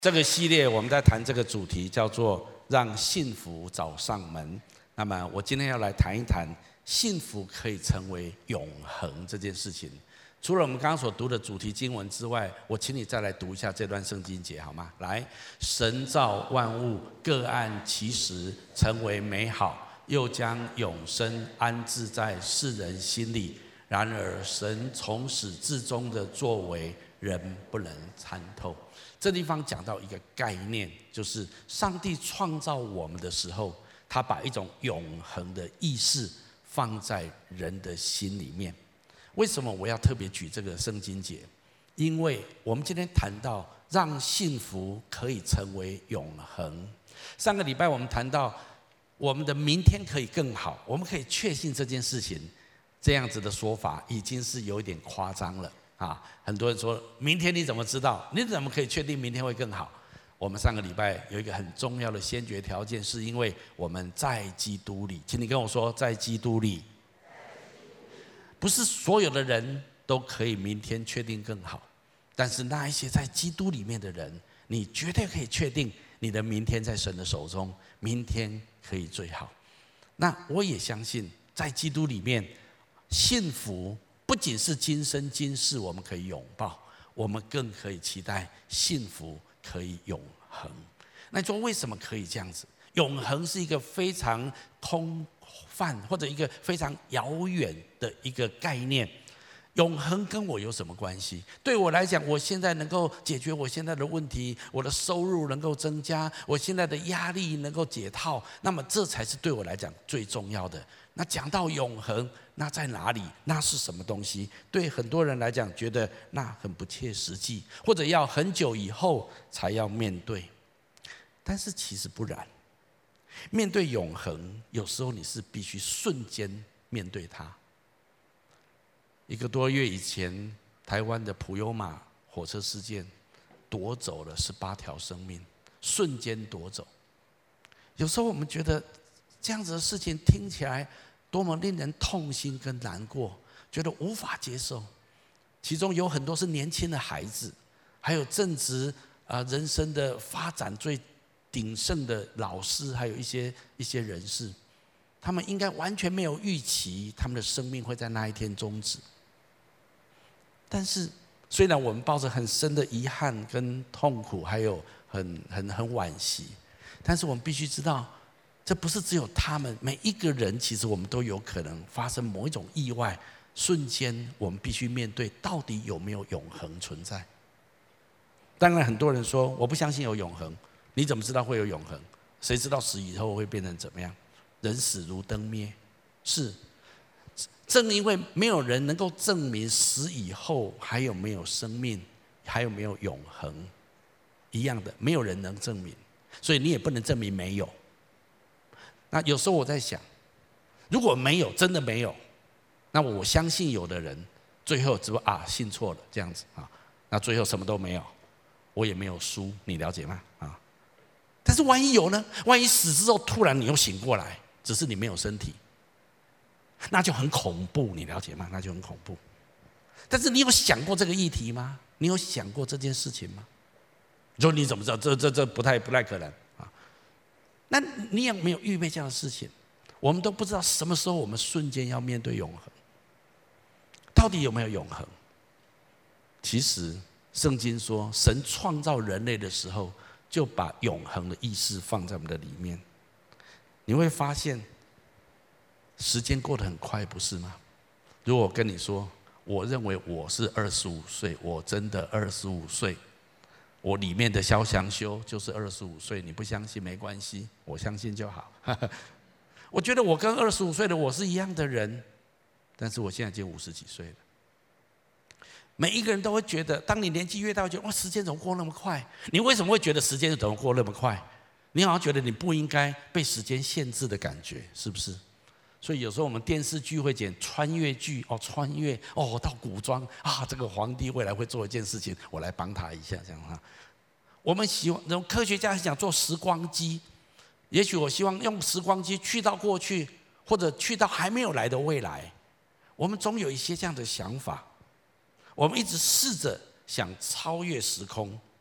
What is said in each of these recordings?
这个系列我们在谈这个主题叫做让幸福找上门。那么我今天要来谈一谈幸福可以成为永恒这件事情。除了我们刚刚所读的主题经文之外，我请你再来读一下这段圣经节好吗？来，神造万物，各按其时成为美好，又将永生安置在世人心里。然而神从始至终的作为，人不能参透。这地方讲到一个概念，就是上帝创造我们的时候，他把一种永恒的意识放在人的心里面。为什么我要特别举这个圣经节？因为我们今天谈到让幸福可以成为永恒。上个礼拜我们谈到我们的明天可以更好，我们可以确信这件事情，这样子的说法已经是有一点夸张了。很多人说明天你怎么知道？你怎么可以确定明天会更好？我们上个礼拜有一个很重要的先决条件，是因为我们在基督里。请你跟我说，在基督里。不是所有的人都可以明天确定更好，但是那一些在基督里面的人，你绝对可以确定你的明天在神的手中，明天可以最好。那我也相信，在基督里面，幸福不仅是今生今世我们可以拥抱，我们更可以期待幸福可以永恒。那你说为什么可以这样子？永恒是一个非常空泛或者一个非常遥远的一个概念。永恒跟我有什么关系？对我来讲，我现在能够解决我现在的问题，我的收入能够增加，我现在的压力能够解套，那么这才是对我来讲最重要的。那讲到永恒，那在哪里？那是什么东西？对很多人来讲，觉得那很不切实际，或者要很久以后才要面对。但是其实不然，面对永恒，有时候你是必须瞬间面对它。1个多月以前，台湾的普悠玛火车事件夺走了18条生命，瞬间夺走。有时候我们觉得这样子的事情听起来多么令人痛心跟难过，觉得无法接受。其中有很多是年轻的孩子，还有正值人生的发展最鼎盛的老师，还有一些人士，他们应该完全没有预期他们的生命会在那一天终止。但是虽然我们抱着很深的遗憾跟痛苦，还有很惋惜，但是我们必须知道，这不是只有他们，每一个人其实我们都有可能发生某一种意外，瞬间我们必须面对到底有没有永恒存在。当然很多人说我不相信有永恒，你怎么知道会有永恒？谁知道死以后会变成怎么样？人死如灯灭。是，正因为没有人能够证明死以后还有没有生命，还有没有永恒，一样的，没有人能证明，所以你也不能证明没有。那有时候我在想，如果没有，真的没有，那我相信有的人最后只不过信错了这样子那最后什么都没有，我也没有输，你了解吗？但是万一有呢？万一死之后突然你又醒过来，只是你没有身体，那就很恐怖，你了解吗？那就很恐怖。但是你有想过这个议题吗？你有想过这件事情吗？你说你怎么知道？这不太可能那你有没有预备这样的事情？我们都不知道什么时候我们瞬间要面对永恒，到底有没有永恒？其实圣经说，神创造人类的时候，就把永恒的意识放在我们的里面。你会发现时间过得很快，不是吗？如果我跟你说，我认为我是25岁，我真的25岁，我里面的肖祥修就是25岁，你不相信没关系，我相信就好。我觉得我跟25岁的我是一样的人，但是我现在已经50几岁了。每一个人都会觉得，当你年纪越大，觉得哇，时间怎么过那么快？你为什么会觉得时间怎么过那么快？你好像觉得你不应该被时间限制的感觉，是不是？所以有时候我们电视剧会剪穿越剧穿越到古装这个皇帝未来会做一件事情，我来帮他一下这样我们希望，科学家想做时光机，也许我希望用时光机去到过去，或者去到还没有来的未来。我们总有一些这样的想法，我们一直试着想超越时空，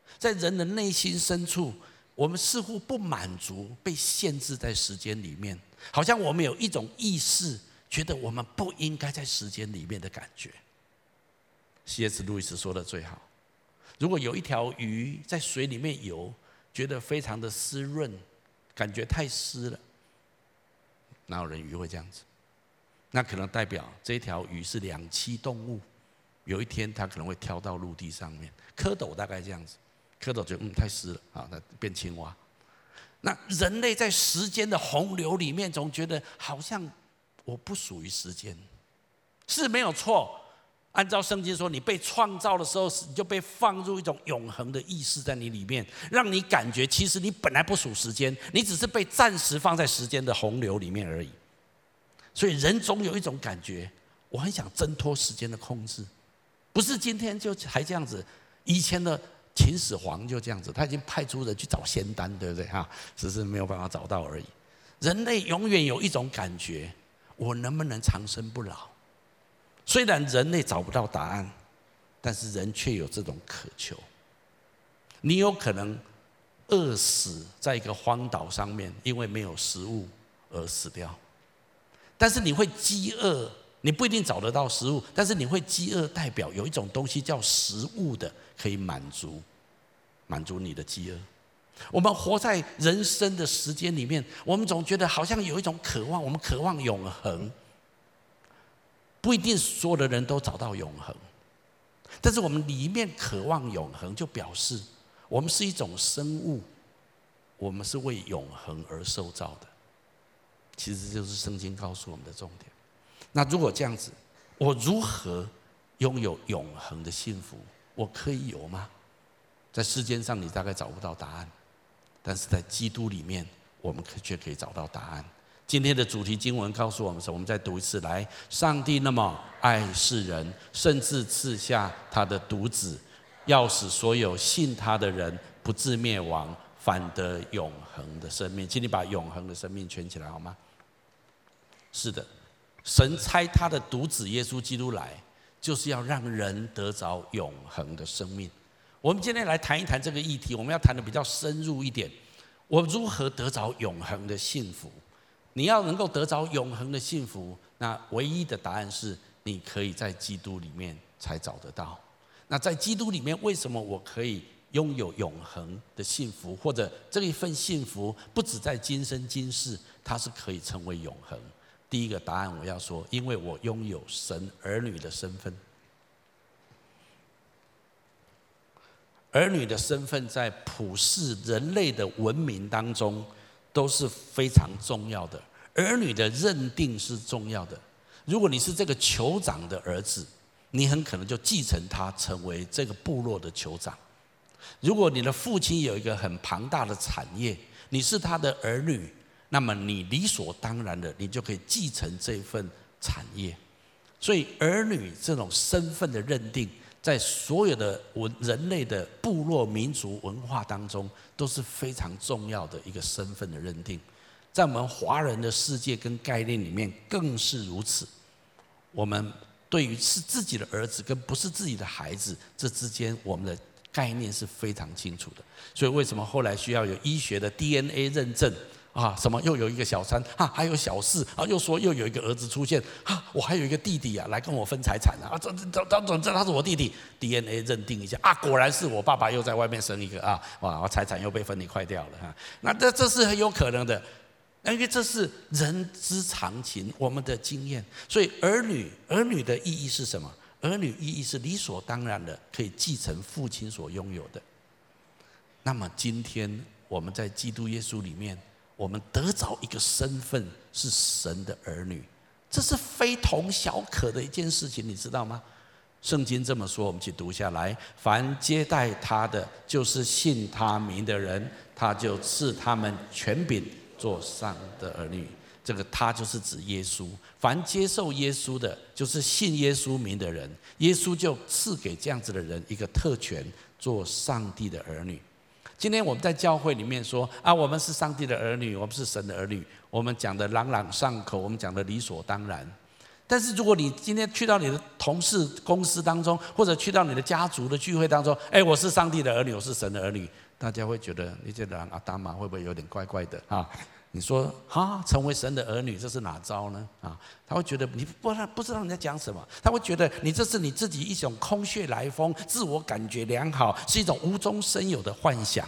在人的内心深处，我们似乎不满足，被限制在时间里面，好像我们有一种意识，觉得我们不应该在时间里面的感觉。C.S. 路易斯说的最好，如果有一条鱼在水里面游，觉得非常的湿润，感觉太湿了，哪有人鱼会这样子？那可能代表这条鱼是两栖动物，有一天它可能会跳到陆地上面。蝌蚪大概这样子，蝌蚪觉得太湿了，好，那变青蛙。那人类在时间的洪流里面，总觉得好像我不属于时间，是没有错。按照圣经说，你被创造的时候，你就被放入一种永恒的意识在你里面，让你感觉其实你本来不属时间，你只是被暂时放在时间的洪流里面而已。所以人总有一种感觉，我很想挣脱时间的控制，不是今天就还这样子，以前的秦始皇就这样子，他已经派出人去找仙丹，对不对哈？只是没有办法找到而已。人类永远有一种感觉，我能不能长生不老？虽然人类找不到答案，但是人却有这种渴求。你有可能饿死在一个荒岛上面，因为没有食物而死掉。但是你会饥饿，你不一定找得到食物，但是你会饥饿，代表有一种东西叫食物的，可以满足你的饥饿。我们活在人生的时间里面，我们总觉得好像有一种渴望，我们渴望永恒。不一定所有的人都找到永恒，但是我们里面渴望永恒，就表示我们是一种生物，我们是为永恒而受造的。其实就是圣经告诉我们的重点。那如果这样子，我如何拥有永恒的幸福？我可以有吗？在世间上你大概找不到答案，但是在基督里面，我们却可以找到答案。今天的主题经文告诉我们说，我们再读一次来：上帝那么爱世人，甚至赐下他的独子，要使所有信他的人不至灭亡，反得永恒的生命。请你把永恒的生命圈起来好吗？是的，神差他的独子耶稣基督来，就是要让人得着永恒的生命。我们今天来谈一谈这个议题，我们要谈的比较深入一点。我如何得着永恒的幸福？你要能够得着永恒的幸福，那唯一的答案是你可以在基督里面才找得到。那在基督里面，为什么我可以拥有永恒的幸福？或者这一份幸福不只在今生今世，它是可以成为永恒。第一个答案我要说，因为我拥有神儿女的身份。儿女的身份在普世人类的文明当中都是非常重要的，儿女的认定是重要的。如果你是这个酋长的儿子，你很可能就继承他，成为这个部落的酋长。如果你的父亲有一个很庞大的产业，你是他的儿女，那么你理所当然的，你就可以继承这份产业。所以儿女这种身份的认定，在所有的人类的部落民族文化当中，都是非常重要的一个身份的认定。在我们华人的世界跟概念里面更是如此。我们对于是自己的儿子跟不是自己的孩子，这之间我们的概念是非常清楚的。所以为什么后来需要有医学的 DNA 认证啊？什么又有一个小三啊，还有小四啊，又说又有一个儿子出现啊，我还有一个弟弟啊，来跟我分财产啊，这他是我弟弟 ，DNA 认定一下啊，果然是我爸爸又在外面生一个啊，哇，我财产又被分一块掉了哈。那这是很有可能的，因为这是人之常情，我们的经验。所以儿女的意义是什么？儿女意义是理所当然的，可以继承父亲所拥有的。那么今天我们在基督耶稣里面，我们得着一个身份，是神的儿女，这是非同小可的一件事情，你知道吗？圣经这么说，我们一起读下来：凡接待他的，就是信他名的人，他就赐他们权柄，做上的儿女。这个他就是指耶稣，凡接受耶稣的，就是信耶稣名的人，耶稣就赐给这样子的人一个特权，做上帝的儿女。今天我们在教会里面说啊，我们是上帝的儿女，我们是神的儿女，我们讲的朗朗上口，我们讲的理所当然。 但是如果你今天去到你的同事公司当中，或者去到你的家族的聚会当中，我是上帝的儿女，我是神的儿女，大家会觉得你这人阿达玛会不会有点怪怪的啊？你说成为神的儿女，这是哪招呢？他会觉得你不知道你在讲什么，他会觉得你这是你自己一种空穴来风，自我感觉良好，是一种无中生有的幻想。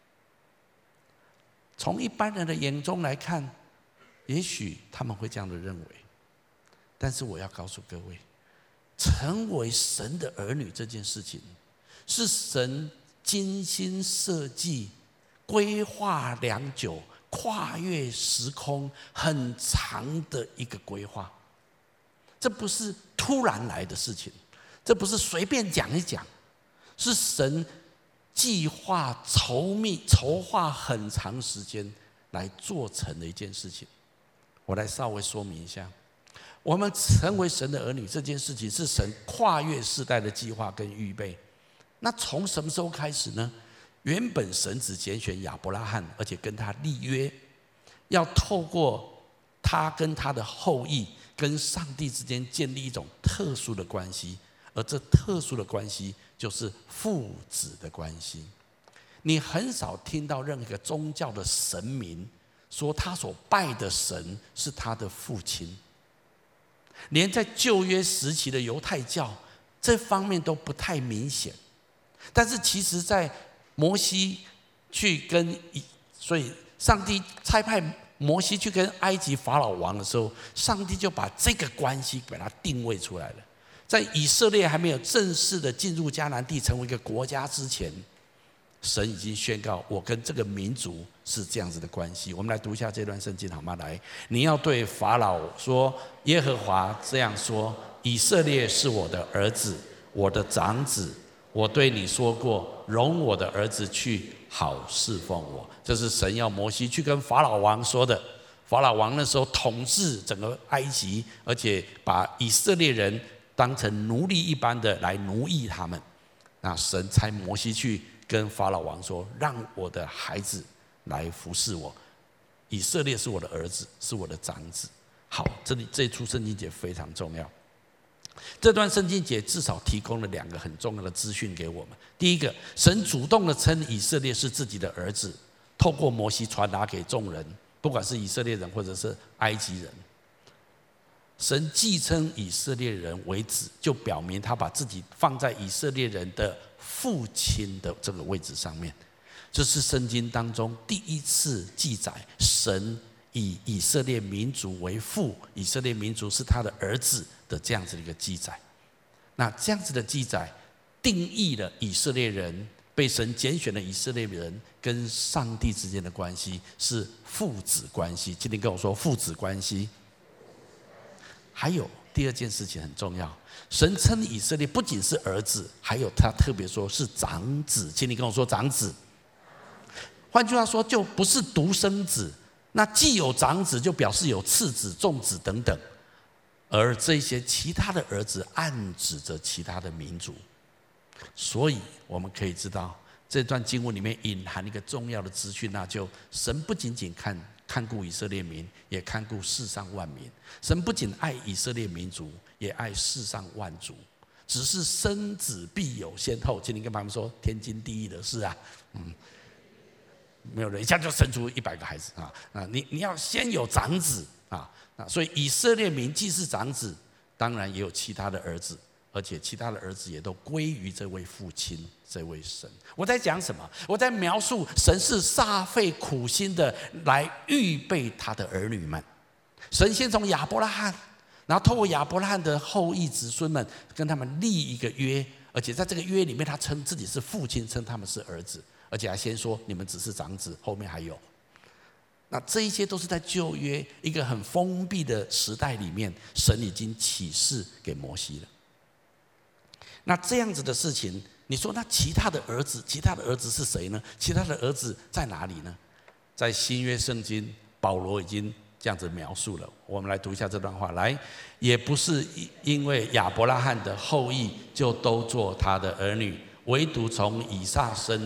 从一般人的眼中来看，也许他们会这样的认为。但是我要告诉各位，成为神的儿女这件事情，是神精心设计、规划良久、跨越时空很长的一个规划。这不是突然来的事情，这不是随便讲一讲，是神计划筹划很长时间来做成的一件事情。我来稍微说明一下。我们成为神的儿女这件事情，是神跨越世代的计划跟预备。那从什么时候开始呢？原本神只拣选亚伯拉罕，而且跟他立约，要透过他跟他的后裔，跟上帝之间建立一种特殊的关系，而这特殊的关系就是父子的关系。你很少听到任何一个宗教的神明说他所拜的神是他的父亲。连在旧约时期的犹太教这方面都不太明显，但是其实在摩西所以上帝差派摩西去跟埃及法老王的时候，上帝就把这个关系给它定位出来了。在以色列还没有正式的进入迦南地成为一个国家之前，神已经宣告我跟这个民族是这样子的关系。我们来读一下这段圣经好吗？来，你要对法老说，耶和华这样说，以色列是我的儿子，我的长子，我对你说过，容我的儿子去，好侍奉我。这是神要摩西去跟法老王说的。法老王那时候统治整个埃及，而且把以色列人当成奴隶一般的来奴役他们。那神差摩西去跟法老王说，让我的孩子来服侍我，以色列是我的儿子，是我的长子。好，这一处圣经节非常重要。这段圣经节至少提供了2个很重要的资讯给我们。第一个，神主动的称以色列是自己的儿子，透过摩西传达给众人，不管是以色列人或者是埃及人。神既称以色列人为子，就表明他把自己放在以色列人的父亲的这个位置上面。这是圣经当中第一次记载神以以色列民族为父，以色列民族是他的儿子的这样子的一个记载。那这样子的记载定义了以色列人，被神拣选的以色列人跟上帝之间的关系是父子关系。今天跟我说父子关系。还有第2件事情很重要，神称以色列不仅是儿子，还有他特别说是长子。请你跟我说长子。换句话说，就不是独生子。那既有长子，就表示有次子、众子等等。而这些其他的儿子暗指着其他的民族。所以我们可以知道，这段经文里面隐含一个重要的资讯，那就神不仅仅看顾以色列民，也看顾世上万民。神不仅爱以色列民族，也爱世上万族。只是生子必有先后，请你跟旁边说，天经地义的事啊。没有人一下就生出100个孩子啊！你要先有长子啊！所以以色列民既是长子，当然也有其他的儿子，而且其他的儿子也都归于这位父亲，这位神。我在讲什么？我在描述神是煞费苦心的来预备他的儿女们。神先从亚伯拉罕，然后透过亚伯拉罕的后裔子孙们，跟他们立一个约，而且在这个约里面，他称自己是父亲，称他们是儿子。而且还先说你们只是长子，后面还有。那这一些都是在旧约一个很封闭的时代里面，神已经启示给摩西了。那这样子的事情，你说那其他的儿子是谁呢？其他的儿子在哪里呢？在新约圣经，保罗已经这样子描述了。我们来读一下这段话，来，也不是因为亚伯拉罕的后裔就都做他的儿女，唯独从以撒生的，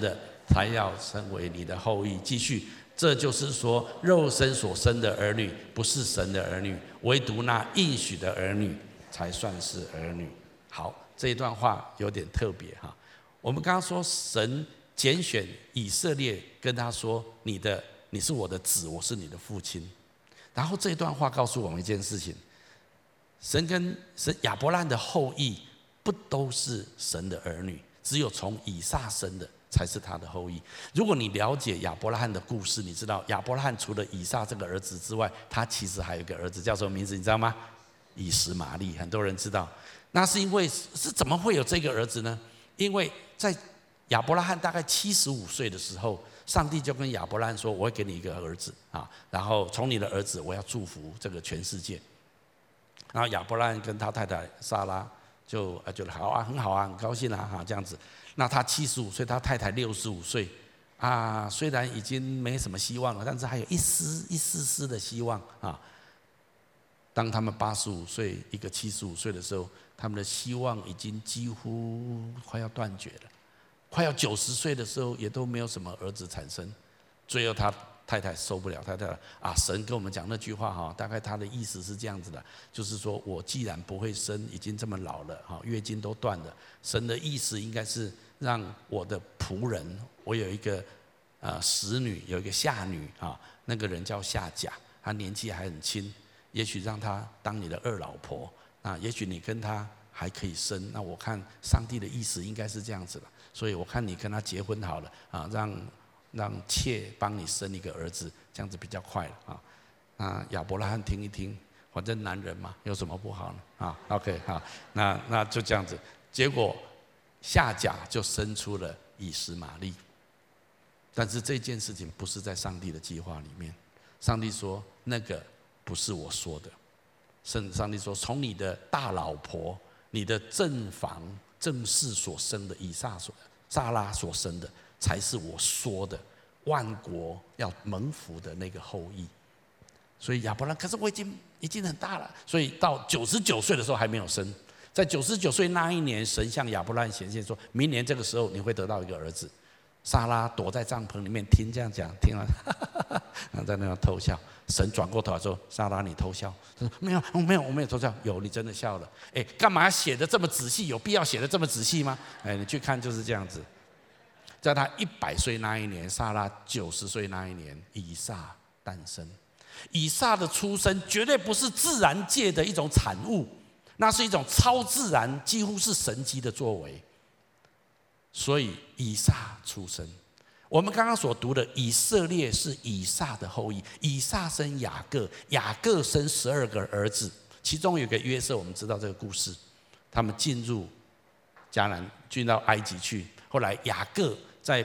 才要成为你的后裔。继续，这就是说，肉身所生的儿女不是神的儿女，唯独那应许的儿女才算是儿女。好，这一段话有点特别哈。我们刚刚说，神拣选以色列，跟他说：“你是我的子，我是你的父亲。”然后这一段话告诉我们一件事情：神亚伯拉罕的后裔不都是神的儿女，只有从以撒生的才是他的后裔。如果你了解亚伯拉罕的故事，你知道亚伯拉罕除了以撒这个儿子之外，他其实还有一个儿子，叫什么名字？你知道吗？以实玛利。很多人知道，那是因为是怎么会有这个儿子呢？因为在亚伯拉罕大概75岁的时候，上帝就跟亚伯拉罕说：“我会给你一个儿子啊，然后从你的儿子，我要祝福这个全世界。”然后亚伯拉罕跟他太太撒拉就觉得好啊，很好啊，很高兴啊，这样子。那他75岁，他太太65岁啊，虽然已经没什么希望了，但是还有一丝丝的希望啊。当他们85岁，一个75岁的时候，他们的希望已经几乎快要断绝了。快要90岁的时候，也都没有什么儿子产生。最后他太太受不了，太太啊，神跟我们讲那句话哈，大概他的意思是这样子的，就是说我既然不会生，已经这么老了哈，月经都断了，神的意思应该是让我的仆人，我有一个使女，有一个下女啊，那个人叫夏甲，她年纪还很轻，也许让她当你的二老婆啊，也许你跟她还可以生。那我看上帝的意思应该是这样子了。所以我看你跟他结婚好了啊，让妾帮你生一个儿子，这样子比较快了啊。那亚伯拉罕听一听，反正男人嘛，有什么不好呢？啊 ，OK 好，那就这样子。结果夏甲就生出了以实玛利，但是这件事情不是在上帝的计划里面。上帝说那个不是我说的，上帝说从你的大老婆、你的正室所生的撒拉所生的，才是我说的万国要蒙福的那个后裔。所以亚伯拉罕，可是我已经很大了，所以到99岁的时候还没有生。在99岁那一年，神向亚伯拉罕显现说，明年这个时候你会得到一个儿子。撒拉躲在帐篷里面听这样讲，听完然后在那偷笑。神转过头来说：“撒拉，你偷笑？”他说：“没有，我没有偷笑。”有，你真的笑了。哎，干嘛写的这么仔细？有必要写的这么仔细吗？哎，你去看就是这样子。在他100岁那一年，撒拉90岁那一年，以撒诞生。以撒的出生绝对不是自然界的一种产物，那是一种超自然，几乎是神迹的作为。所以以撒出生。我们刚刚所读的以色列是以撒的后裔，以撒生雅各，雅各生12个儿子，其中有一个约瑟，我们知道这个故事。他们进入迦南，进到埃及去。后来雅各在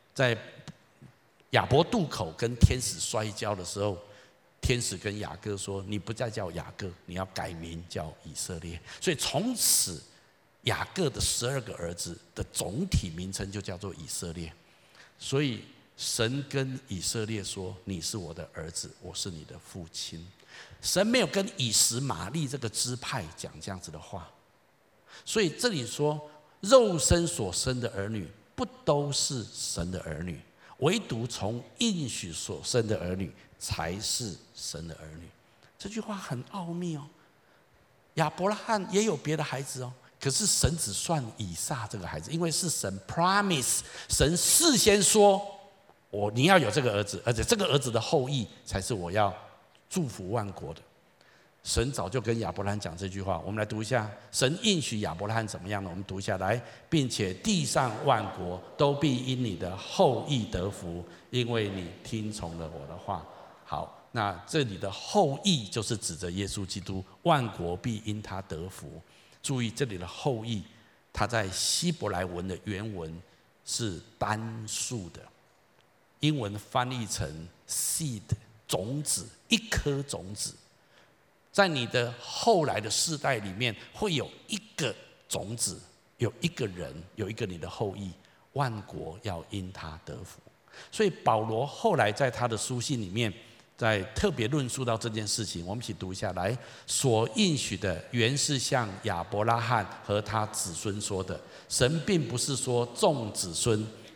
亚伯渡口跟天使摔跤的时候，天使跟雅各说：“你不再叫雅各，你要改名叫以色列。”所以从此雅各的12个儿子的总体名称就叫做以色列。所以神跟以色列说：“你是我的儿子，我是你的父亲。”神没有跟以实玛利这个支派讲这样子的话。所以这里说，肉身所生的儿女不都是神的儿女，唯独从应许所生的儿女才是神的儿女。这句话很奥秘哦。亚伯拉罕也有别的孩子哦，可是神只算以撒这个孩子，因为是神 promise， 神事先说你要有这个儿子，而且这个儿子的后裔才是我要祝福万国的。神早就跟亚伯拉罕讲这句话，我们来读一下。神应许亚伯拉罕怎么样呢？我们读一下来，并且地上万国都必因你的后裔得福，因为你听从了我的话。好，那这里的后裔就是指着耶稣基督，万国必因他得福。注意这里的后裔，它在希伯来文的原文是单数的，英文翻译成 seed 种子，一颗种子。在你的后来的世代里面，会有一个种子，有一个人，有一个你的后裔，万国要因他得福。所以保罗后来在他的书信里面，在特别论述到这件事情，我们一起读一下来。所应许的原是向亚伯拉罕和他子孙说的，神并不是说众子孙，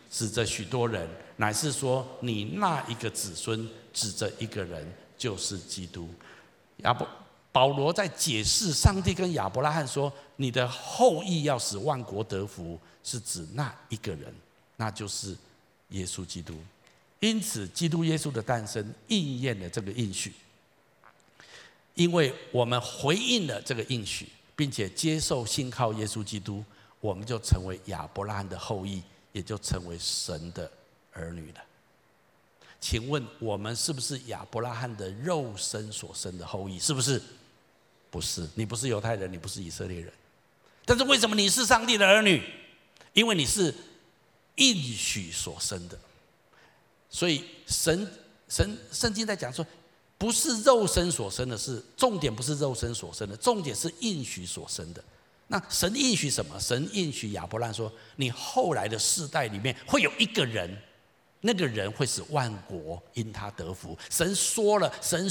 指着许多人，乃是说你那一个子孙指着一个人，就是基督。保罗在解释上帝跟亚伯拉罕说，你的后裔要使万国得福，是指那一个人，那就是耶稣基督。因此，基督耶稣的诞生应验了这个应许，因为我们回应了这个应许，并且接受信靠耶稣基督，我们就成为亚伯拉罕的后裔，也就成为神的儿女了。请问我们是不是亚伯拉罕的肉身所生的后裔？是不是？不是，你不是犹太人，你不是以色列人。但是为什么你是上帝的儿女？因为你是应许所生的。所以圣经在讲说，不是肉身所生的，是重点，不是肉身所生的，重点是应许所生的。那神应许什么？神应许亚伯拉罕说，你后来的世代里面会有一个人，那个人会使万国因他得福。神说了，神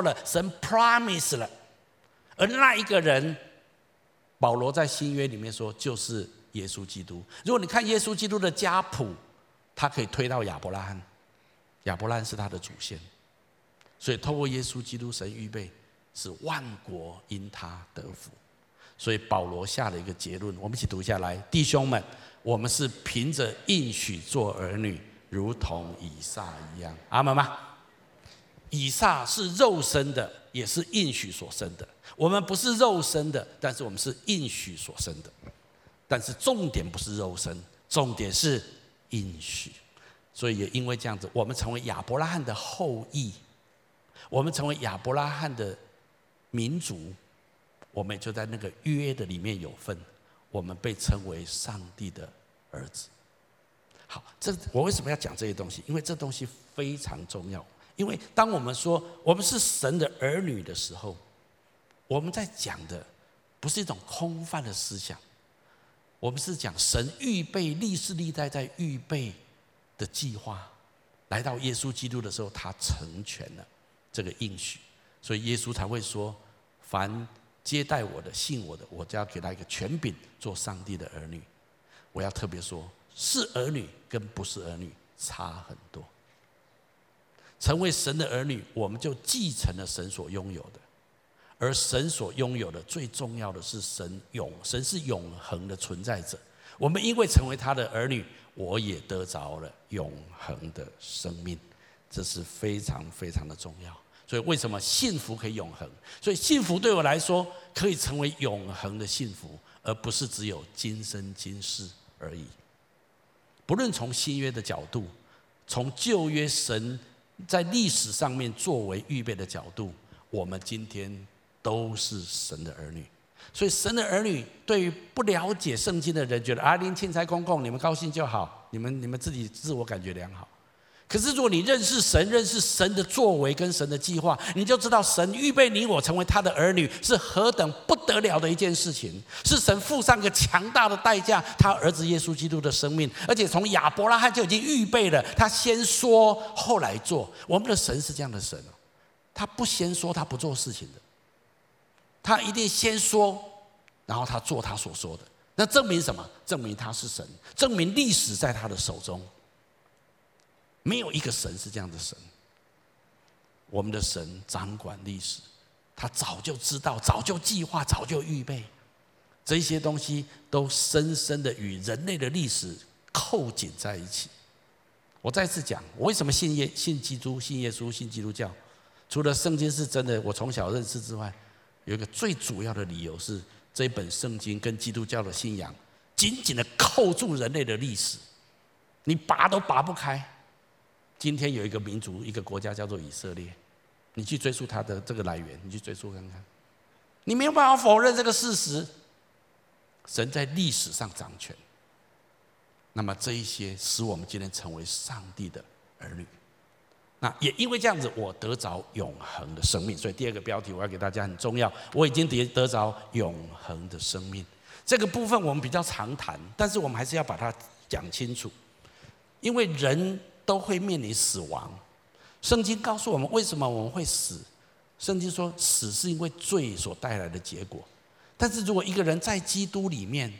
promise 了。而那一个人，保罗在新约里面说，就是耶稣基督。如果你看耶稣基督的家谱，他可以推到亚伯拉罕，亚伯拉罕是他的祖先。所以透过耶稣基督，神预备使万国因他得福。所以保罗下了一个结论，我们一起读下来：弟兄们，我们是凭着应许做儿女，如同以撒一样。阿们吗？以撒是肉身的，也是应许所生的。我们不是肉身的，但是我们是应许所生的。但是重点不是肉身，重点是应许。所以也因为这样子，我们成为亚伯拉罕的后裔，我们成为亚伯拉罕的民族，我们就在那个约的里面有份，我们被称为上帝的儿子。好，我为什么要讲这些东西？因为这东西非常重要。因为当我们说我们是神的儿女的时候，我们在讲的不是一种空泛的思想，我们是讲神预备历世历代在预备的计划，来到耶稣基督的时候，他成全了这个应许。所以耶稣才会说，凡接待我的、信我的，我就要给他一个权柄，做上帝的儿女。我要特别说，是儿女跟不是儿女差很多。成为神的儿女，我们就继承了神所拥有的，而神所拥有的最重要的是神是永恒的存在者。我们因为成为他的儿女，我也得着了永恒的生命，这是非常非常的重要。所以为什么幸福可以永恒？所以幸福对我来说可以成为永恒的幸福，而不是只有今生今世而已。不论从新约的角度，从旧约神在历史上面作为预备的角度，我们今天都是神的儿女。所以神的儿女对于不了解圣经的人，觉得您钦差公公，你们高兴就好，你们自己自我感觉良好。可是如果你认识神的作为跟神的计划，你就知道神预备你我成为他的儿女是何等不得了的一件事情。是神付上一个强大的代价，他儿子耶稣基督的生命，而且从亚伯拉罕就已经预备了，他先说后来做。我们的神是这样的神，他不先说他不做事情的，他一定先说，然后他做他所说的。那证明什么？证明他是神，证明历史在他的手中。没有一个神是这样的神。我们的神掌管历史，他早就知道，早就计划，早就预备，这些东西都深深的与人类的历史扣紧在一起。我再次讲，我为什么信基督、信耶稣、信基督教？除了圣经是真的，我从小认识之外，有一个最主要的理由是，这一本圣经跟基督教的信仰紧紧的扣住人类的历史，你拔都拔不开。今天有一个民族、一个国家叫做以色列，你去追溯它的这个来源，你去追溯看看，你没有办法否认这个事实。神在历史上掌权，那么这一些使我们今天成为上帝的儿女。那也因为这样子，我得着永恒的生命。所以第二个标题我要给大家很重要，我已经得着永恒的生命。这个部分我们比较常谈，但是我们还是要把它讲清楚，因为人都会面临死亡。圣经告诉我们为什么我们会死。圣经说死是因为罪所带来的结果。但是如果一个人在基督里面，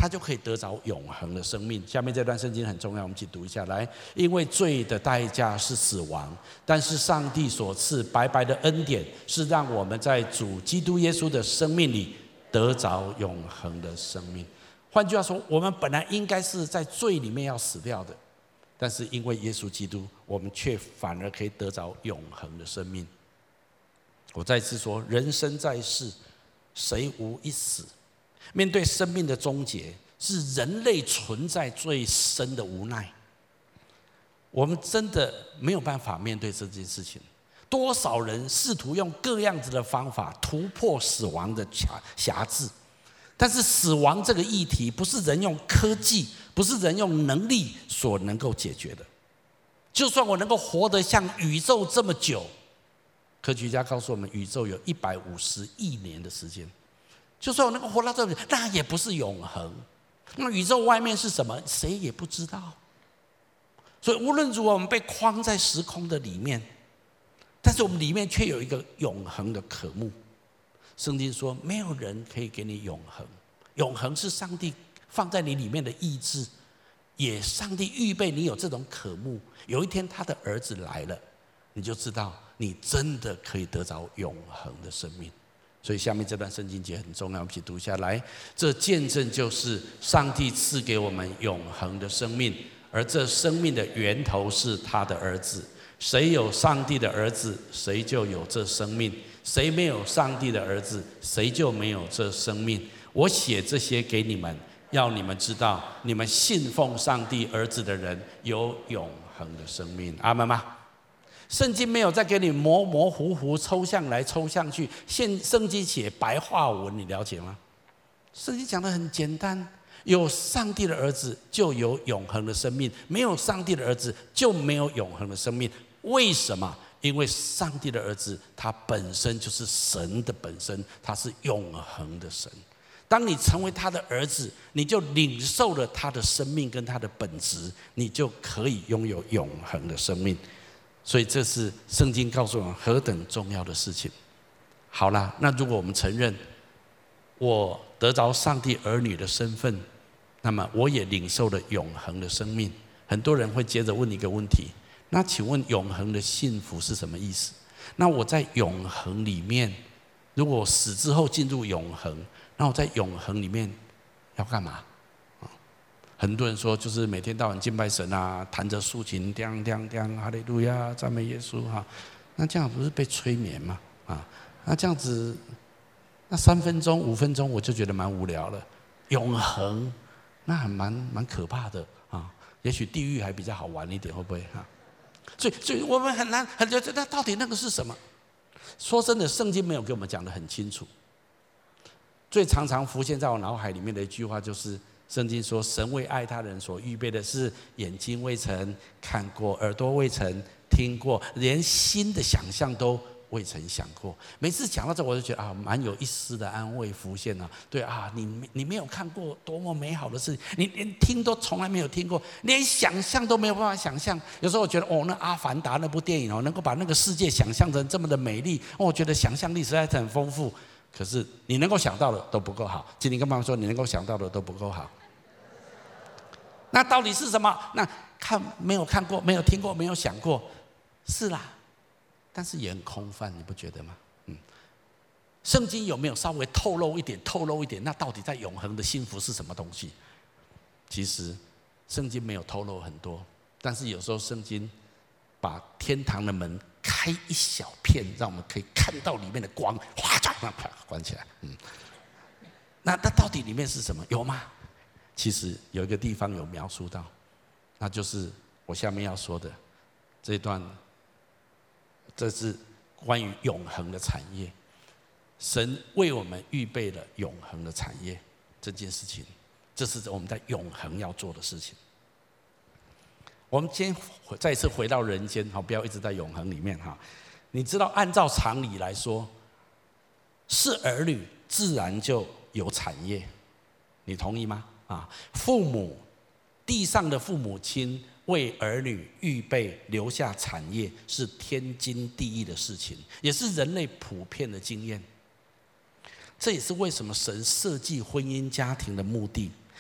他就可以得着永恒的生命。下面这段圣经很重要，我们一起读一下来。因为罪的代价是死亡，但是上帝所赐白白的恩典，是让我们在主基督耶稣的生命里得着永恒的生命。换句话说，我们本来应该是在罪里面要死掉的，但是因为耶稣基督，我们却反而可以得着永恒的生命。我再次说，人生在世，谁无一死？面对生命的终结，是人类存在最深的无奈。我们真的没有办法面对这件事情。多少人试图用各样子的方法突破死亡的辖制，但是死亡这个议题不是人用科技，不是人用能力所能够解决的。就算我能够活得像宇宙这么久，科学家告诉我们，宇宙有150亿年的时间。就算我能够活到这么久，那也不是永恒。那宇宙外面是什么，谁也不知道。所以无论如何，我们被框在时空的里面，但是我们里面却有一个永恒的渴慕。圣经说，没有人可以给你永恒，永恒是上帝放在你里面的意志，也上帝预备你有这种渴慕。有一天他的儿子来了，你就知道你真的可以得着永恒的生命。所以下面这段圣经节很重要，我们一起读下来。这见证就是上帝赐给我们永恒的生命，而这生命的源头是他的儿子。谁有上帝的儿子，谁就有这生命；谁没有上帝的儿子，谁就没有这生命。我写这些给你们，要你们知道，你们信奉上帝儿子的人有永恒的生命。阿们吗？圣经没有再给你模模糊糊、抽象来抽象去，圣经写白话文，你了解吗？圣经讲得很简单，有上帝的儿子就有永恒的生命，没有上帝的儿子就没有永恒的生命。为什么？因为上帝的儿子他本身就是神的本身，他是永恒的神。当你成为他的儿子，你就领受了他的生命跟他的本质，你就可以拥有永恒的生命。所以这是圣经告诉我们何等重要的事情。好啦，那如果我们承认我得着上帝儿女的身份，那么我也领受了永恒的生命。很多人会接着问一个问题，那请问永恒的幸福是什么意思？那我在永恒里面，如果我死之后进入永恒，那我在永恒里面要干嘛？很多人说，就是每天到晚敬拜神啊，弹着竖琴，叮叮叮，哈利路亚，赞美耶稣哈。那这样不是被催眠吗？那这样子，那3分钟、5分钟，我就觉得蛮无聊了。永恒，那还蛮可怕的啊。也许地狱还比较好玩一点，会不会哈？所以我们很觉得，那到底那个是什么？说真的，圣经没有给我们讲得很清楚。最常常浮现在我脑海里面的一句话就是。圣经说，神为爱他人所预备的是眼睛未曾看过，耳朵未曾听过，连心的想象都未曾想过。每次讲到这，我就觉得蛮有一丝的安慰浮现啊。对啊，你没有看过多么美好的事情，你连听都从来没有听过，连想象都没有办法想象。有时候我觉得，那《阿凡达》那部电影能够把那个世界想象成这么的美丽，我觉得想象力实在是很丰富。可是你能够想到的都不够好。今天跟妈妈说，你能够想到的都不够好。那到底是什么？那没有看过，没有听过，没有想过，是啦，但是也很空泛，你不觉得吗？圣经有没有稍微透露一点？那到底在永恒的幸福是什么东西？其实圣经没有透露很多，但是有时候圣经把天堂的门开一小片，让我们可以看到里面的光，哗嚓，关起来。那到底里面是什么？有吗？其实有一个地方有描述到，那就是我下面要说的这一段，这是关于永恒的产业。神为我们预备了永恒的产业这件事情，这是我们在永恒要做的事情。我们先再一次回到人间，不要一直在永恒里面哈。你知道，按照常理来说，是儿女自然就有产业，你同意吗？父母，地上的父母亲为儿女预备留下产业，是天经地义的事情，也是人类普遍的经验。这也是为什么神设计婚姻家庭的目的，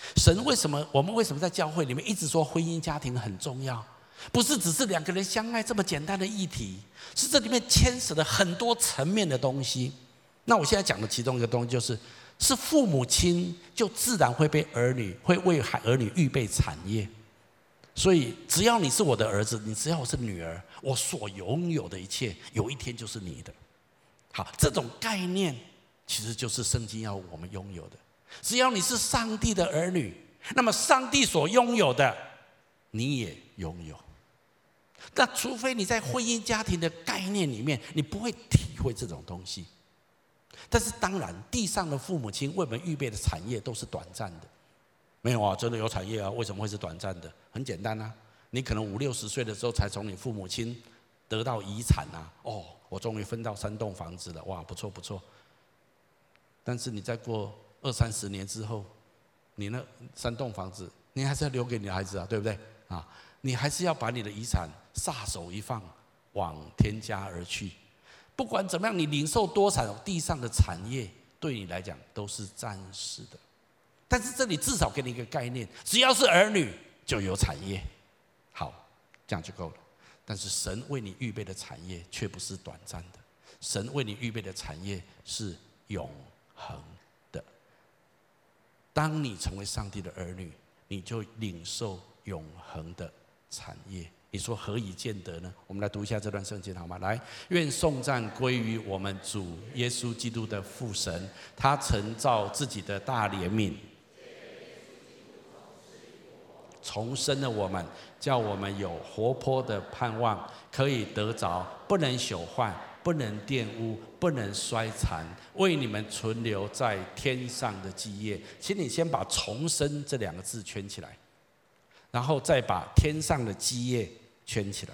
神我们为什么在教会里面一直说婚姻家庭很重要？不是只是两个人相爱这么简单的议题，是这里面牵扯了很多层面的东西。那我现在讲的其中一个东西是父母亲就自然会为儿女预备产业。所以只要你是我的儿子，你只要我是女儿，我所拥有的一切有一天就是你的。好，这种概念其实就是圣经要我们拥有的。只要你是上帝的儿女，那么上帝所拥有的你也拥有。那除非你在婚姻家庭的概念里面你不会体会这种东西。但是当然地上的父母亲为我们预备的产业都是短暂的。没有啊，真的有产业啊，为什么会是短暂的？很简单啊，你可能50、60岁的时候才从你父母亲得到遗产啊。哦，我终于分到3栋房子了，哇，不错不错。但是你再过20、30年之后，你那3栋房子，你还是要留给你的孩子啊，对不对？啊，你还是要把你的遗产撒手一放，往天家而去。不管怎么样，你领受多少地上的产业，对你来讲都是暂时的。但是这里至少给你一个概念，只要是儿女就有产业。好，这样就够了。但是神为你预备的产业却不是短暂的，神为你预备的产业是永恒的。当你成为上帝的儿女，你就领受永恒的产业。你说何以见得呢？我们来读一下这段圣经好吗？来，愿颂赞归于我们主耶稣基督的父神，他曾照自己的大怜悯重生了我们，叫我们有活泼的盼望，可以得着不能朽坏、不能玷污、不能衰残，为你们存留在天上的基业。请你先把重生这2个字圈起来，然后再把天上的基业圈起来。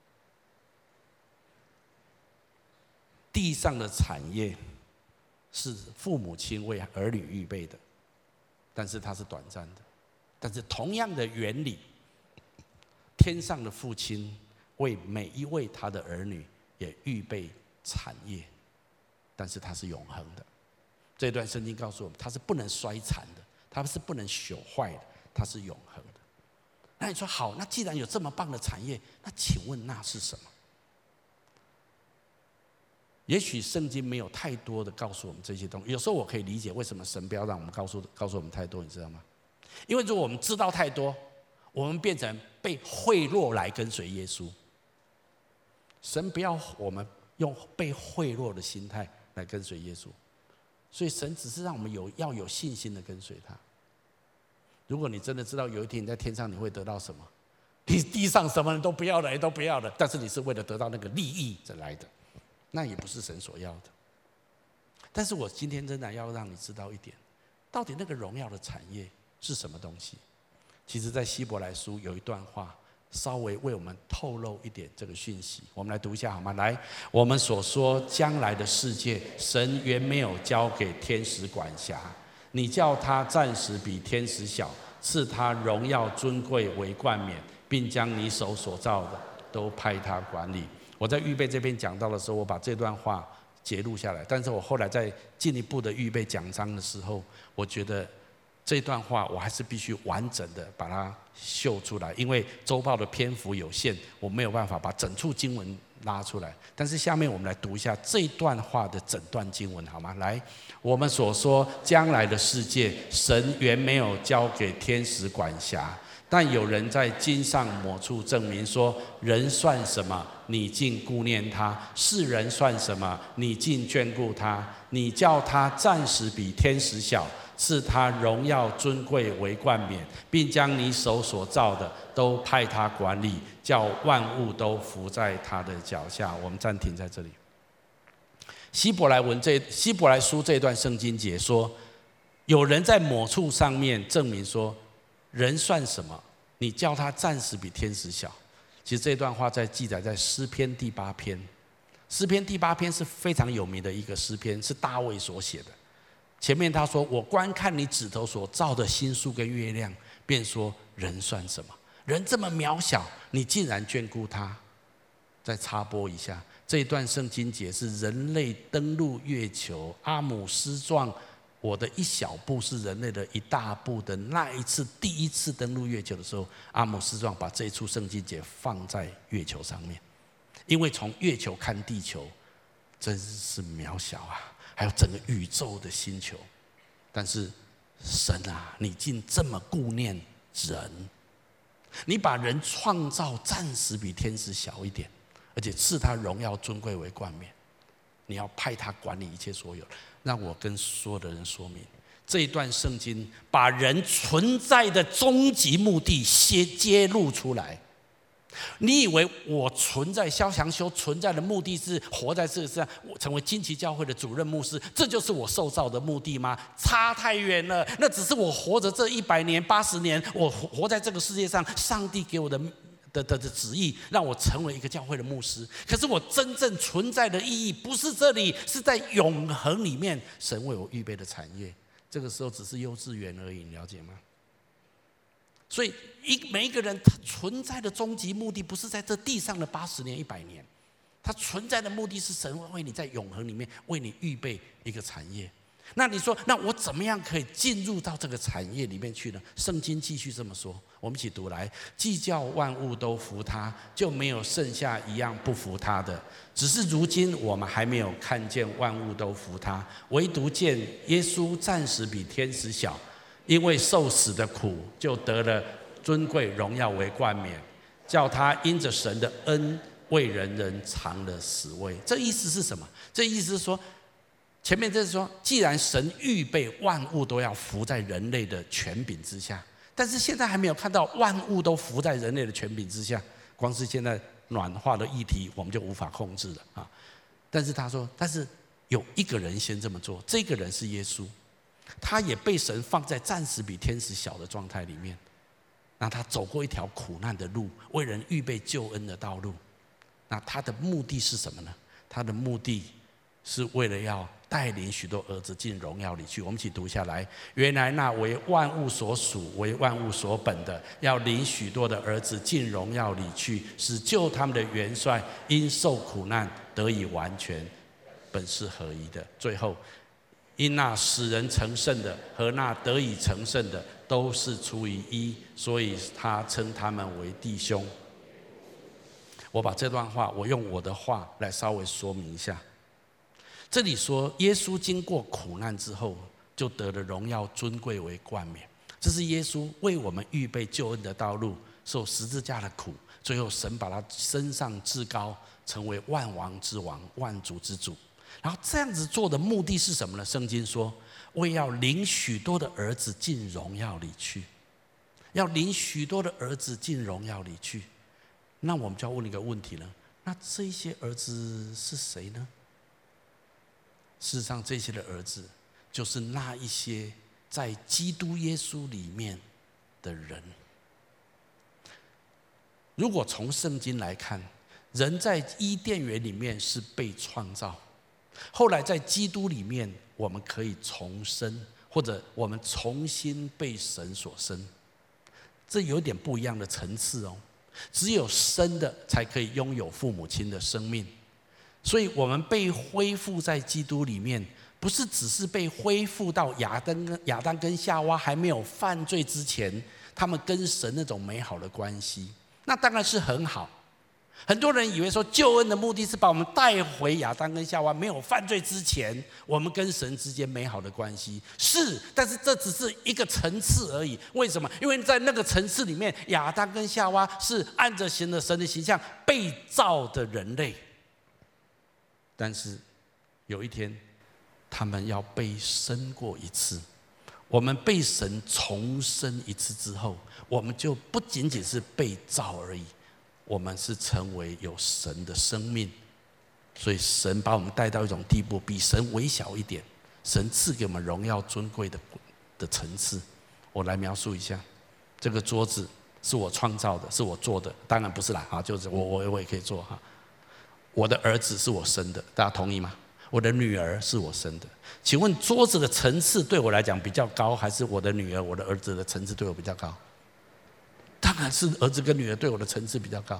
地上的产业是父母亲为儿女预备的，但是它是短暂的。但是同样的原理，天上的父亲为每一位他的儿女也预备产业，但是它是永恒的。这段圣经告诉我们，它是不能衰残的，它是不能朽坏的，它是永恒的。那你说好，那既然有这么棒的产业，那请问那是什么？也许圣经没有太多的告诉我们这些东西。有时候我可以理解为什么神不要让我们告诉我们太多，你知道吗？因为如果我们知道太多，我们变成被贿赂来跟随耶稣。神不要我们用被贿赂的心态来跟随耶稣，所以神只是让我们要有信心的跟随他。如果你真的知道有一天你在天上你会得到什么，你地上什么人都不要了，也都不要了，但是你是为了得到那个利益而来的，那也不是神所要的。但是我今天仍然要让你知道一点，到底那个荣耀的产业是什么东西？其实在希伯来书有一段话稍微为我们透露一点这个讯息，我们来读一下好吗？来，我们所说将来的世界，神原没有交给天使管辖，你叫他暂时比天使小，赐他荣耀尊贵为冠冕，并将你手所造的都派他管理。我在预备这篇讲道的时候，我把这段话截录下来，但是我后来在进一步的预备讲章的时候，我觉得这段话我还是必须完整的把它秀出来，因为周报的篇幅有限，我没有办法把整处经文拉出来。但是下面我们来读一下这段话的整段经文好吗？来，我们所说将来的世界，神原没有交给天使管辖，但有人在经上某处证明说，人算什么，你竟顾念他；世人算什么，你竟眷顾他。你叫他暂时比天使小，赐他荣耀尊贵为冠冕，并将你手所造的都派他管理，叫万物都服在他的脚下。我们暂停在这里。希伯来书这段圣经节说，有人在某处上面证明说，人算什么，你叫他暂时比天使小。其实这段话在记载在诗篇第8篇。诗篇第8篇是非常有名的一个诗篇，是大卫所写的。前面他说，我观看你指头所造的星宿跟月亮，便说人算什么，人这么渺小，你竟然眷顾他。再插播一下，这一段圣经节是人类登陆月球，阿姆斯壮我的一小步是人类的一大步的那一次，第一次登陆月球的时候，阿姆斯壮把这一出圣经节放在月球上面，因为从月球看地球真是渺小啊，还有整个宇宙的星球，但是神啊，你竟这么顾念人，你把人创造暂时比天使小一点，而且赐他荣耀尊贵为冠冕，你要派他管理一切所有。让我跟所有的人说明，这一段圣经把人存在的终极目的先揭露出来。你以为我存在，萧祥修存在的目的是活在这个世上，我成为惊奇教会的主任牧师，这就是我受造的目的吗？差太远了，那只是我活着这100年、80年，我活在这个世界上，上帝给我的旨意，让我成为一个教会的牧师。可是我真正存在的意义不是这里，是在永恒里面，神为我预备的产业。这个时候只是幼稚园而已，你了解吗？所以每一个人他存在的终极目的不是在这地上的80年、100年，他存在的目的是神为你在永恒里面为你预备一个产业。那你说，那我怎么样可以进入到这个产业里面去呢？圣经继续这么说，我们一起读来：既叫万物都服他，就没有剩下一样不服他的。只是如今我们还没有看见万物都服他，唯独见耶稣暂时比天使小，因为受死的苦，就得了尊贵荣耀为冠冕，叫他因着神的恩为人尝了死味。这意思是什么？这意思是说，前面就是说，既然神预备万物都要服在人类的权柄之下，但是现在还没有看到万物都服在人类的权柄之下。光是现在暖化的议题，我们就无法控制了啊。但是他说，但是有一个人先这么做，这个人是耶稣，他也被神放在暂时比天使小的状态里面。那他走过一条苦难的路，为人预备救恩的道路。那他的目的是什么呢？他的目的是为了要带领许多儿子进荣耀里去。我们一起读下来：原来那为万物所属、为万物所本的，要领许多的儿子进荣耀里去，使救他们的元帅因受苦难得以完全，本是合一的。最后，因那使人成圣的和那得以成圣的，都是出于一，所以他称他们为弟兄。我把这段话，我用我的话来稍微说明一下。这里说，耶稣经过苦难之后，就得了荣耀尊贵为冠冕。这是耶稣为我们预备救恩的道路，受十字架的苦，最后神把他升上至高，成为万王之王、万主之主。然后这样子做的目的是什么呢？圣经说，为要领许多的儿子进荣耀里去，要领许多的儿子进荣耀里去。那我们就要问一个问题了：那这些儿子是谁呢？事实上，这些的儿子就是那一些在基督耶稣里面的人。如果从圣经来看，人在伊甸园里面是被创造，后来在基督里面，我们可以重生，或者我们重新被神所生。这有点不一样的层次哦。只有生的才可以拥有父母亲的生命。所以我们被恢复在基督里面，不是只是被恢复到亚当跟夏娃还没有犯罪之前，他们跟神那种美好的关系，那当然是很好。很多人以为说，救恩的目的是把我们带回亚当跟夏娃没有犯罪之前，我们跟神之间美好的关系是，但是这只是一个层次而已。为什么？因为在那个层次里面，亚当跟夏娃是按着神的形象被造的人类。但是有一天，他们要被生过一次。我们被神重生一次之后，我们就不仅仅是被造而已，我们是成为有神的生命。所以神把我们带到一种地步，比神微小一点，神赐给我们荣耀尊贵的层次。我来描述一下，这个桌子是我创造的，是我做的，当然不是啦，就是我也可以做哈。我的儿子是我生的，大家同意吗？我的女儿是我生的。请问桌子的层次对我来讲比较高，还是我的女儿、我的儿子的层次对我比较高？当然是儿子跟女儿对我的层次比较高。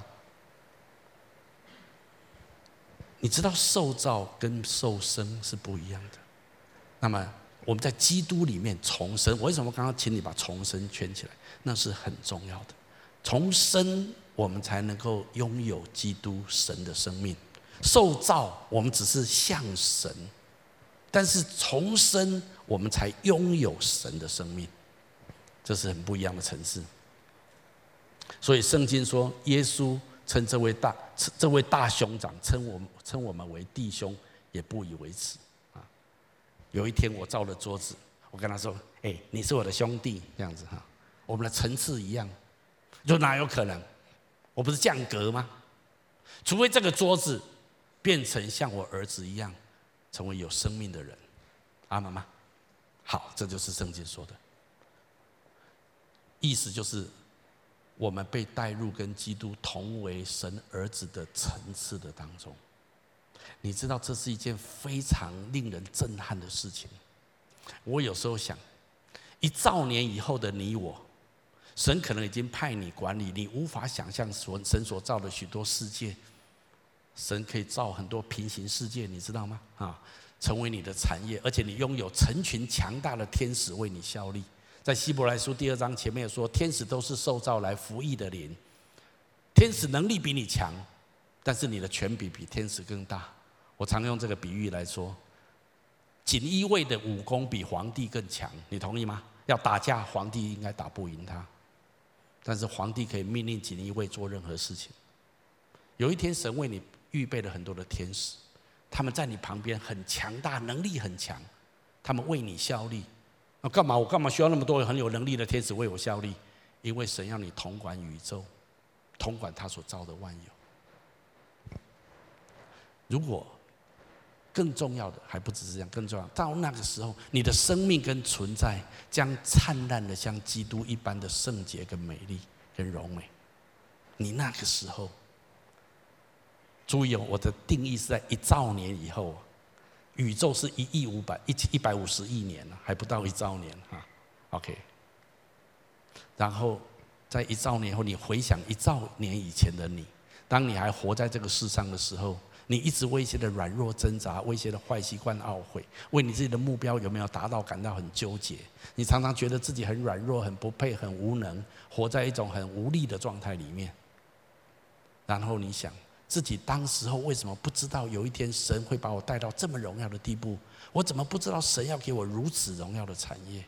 你知道受造跟受生是不一样的。那么我们在基督里面重生。我为什么刚刚请你把重生圈起来？那是很重要的。重生，我们才能够拥有基督神的生命。受造，我们只是像神，但是重生，我们才拥有神的生命。这是很不一样的层次。所以圣经说，耶稣称这位大兄长称我们为弟兄，也不以为耻啊。有一天我造了桌子，我跟他说：“你是我的兄弟。”这样子哈，我们的层次一样。就哪有可能？我不是降格吗？除非这个桌子变成像我儿子一样，成为有生命的人。阿们吗？好，这就是圣经说的意思，就是我们被带入跟基督同为神儿子的层次的当中。你知道这是一件非常令人震撼的事情。我有时候想，1兆年以后的你我，神可能已经派你管理你无法想象神所造的许多世界。神可以造很多平行世界，你知道吗？成为你的产业，而且你拥有成群强大的天使为你效力。在希伯来书第2章前面说，天使都是受造来服役的灵。天使能力比你强，但是你的权柄比天使更大。我常用这个比喻来说，锦衣卫的武功比皇帝更强，你同意吗？要打架，皇帝应该打不赢他，但是皇帝可以命令锦衣卫做任何事情。有一天，神为你预备了很多的天使，他们在你旁边很强大，能力很强，他们为你效力。我干嘛需要那么多很有能力的天使为我效力？因为神要你统管宇宙，统管他所造的万有。如果更重要的还不只是这样，更重要，到那个时候，你的生命跟存在将灿烂的像基督一般的圣洁、跟美丽、跟荣美。你那个时候，注意我的定义是在1兆年以后。宇宙是150亿年，还不到1兆年哈。OK， 然后在1兆年后，你回想1兆年以前的你，当你还活在这个世上的时候，你一直为一些的软弱挣扎，为一些的坏习惯懊悔，为你自己的目标有没有达到感到很纠结。你常常觉得自己很软弱、很不配、很无能，活在一种很无力的状态里面。然后你想，自己当时候为什么不知道有一天神会把我带到这么荣耀的地步？我怎么不知道神要给我如此荣耀的产业？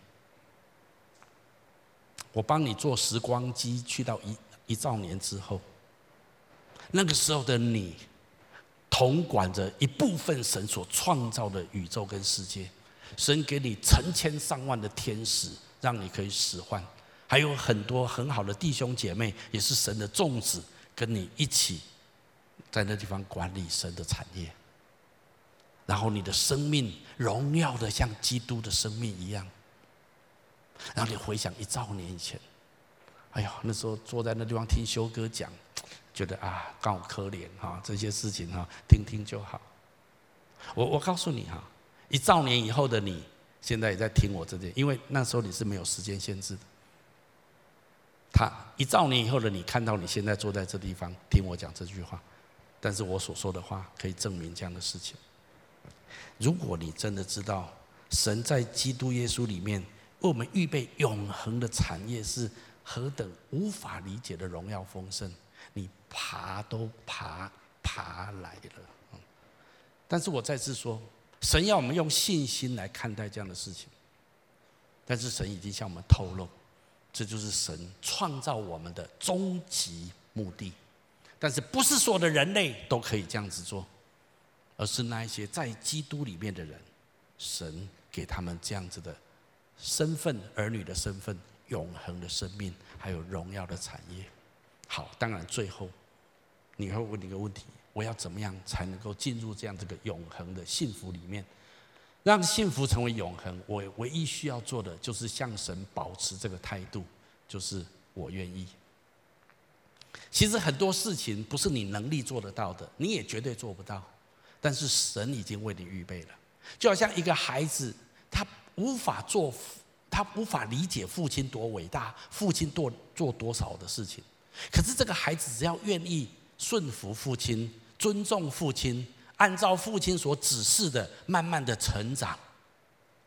我帮你做时光机，去到1兆年之后，那个时候的你，统管着一部分神所创造的宇宙跟世界。神给你成千上万的天使，让你可以使唤，还有很多很好的弟兄姐妹，也是神的众子，跟你一起在那地方管理神的产业，然后你的生命荣耀的像基督的生命一样。然后你回想1兆年以前，哎呦，那时候坐在那地方听修哥讲，觉得刚好可怜这些事情听听就好。我告诉你1兆年以后的你，现在也在听我这件，因为那时候你是没有时间限制的。1兆年以后的你，看到你现在坐在这地方听我讲这句话。但是我所说的话可以证明这样的事情。如果你真的知道神在基督耶稣里面为我们预备永恒的产业是何等无法理解的荣耀丰盛，你爬都爬来了。但是我再次说，神要我们用信心来看待这样的事情，但是神已经向我们透露，这就是神创造我们的终极目的。但是不是所有的人类都可以这样子做，而是那一些在基督里面的人，神给他们这样子的身份，儿女的身份，永恒的生命，还有荣耀的产业。好，当然最后你会问一个问题，我要怎么样才能够进入这样这个永恒的幸福里面，让幸福成为永恒？我唯一需要做的就是向神保持这个态度，就是我愿意。其实很多事情不是你能力做得到的，你也绝对做不到，但是神已经为你预备了。就好像一个孩子，他无法理解父亲多伟大，父亲做多少的事情，可是这个孩子只要愿意顺服父亲，尊重父亲，按照父亲所指示的慢慢的成长，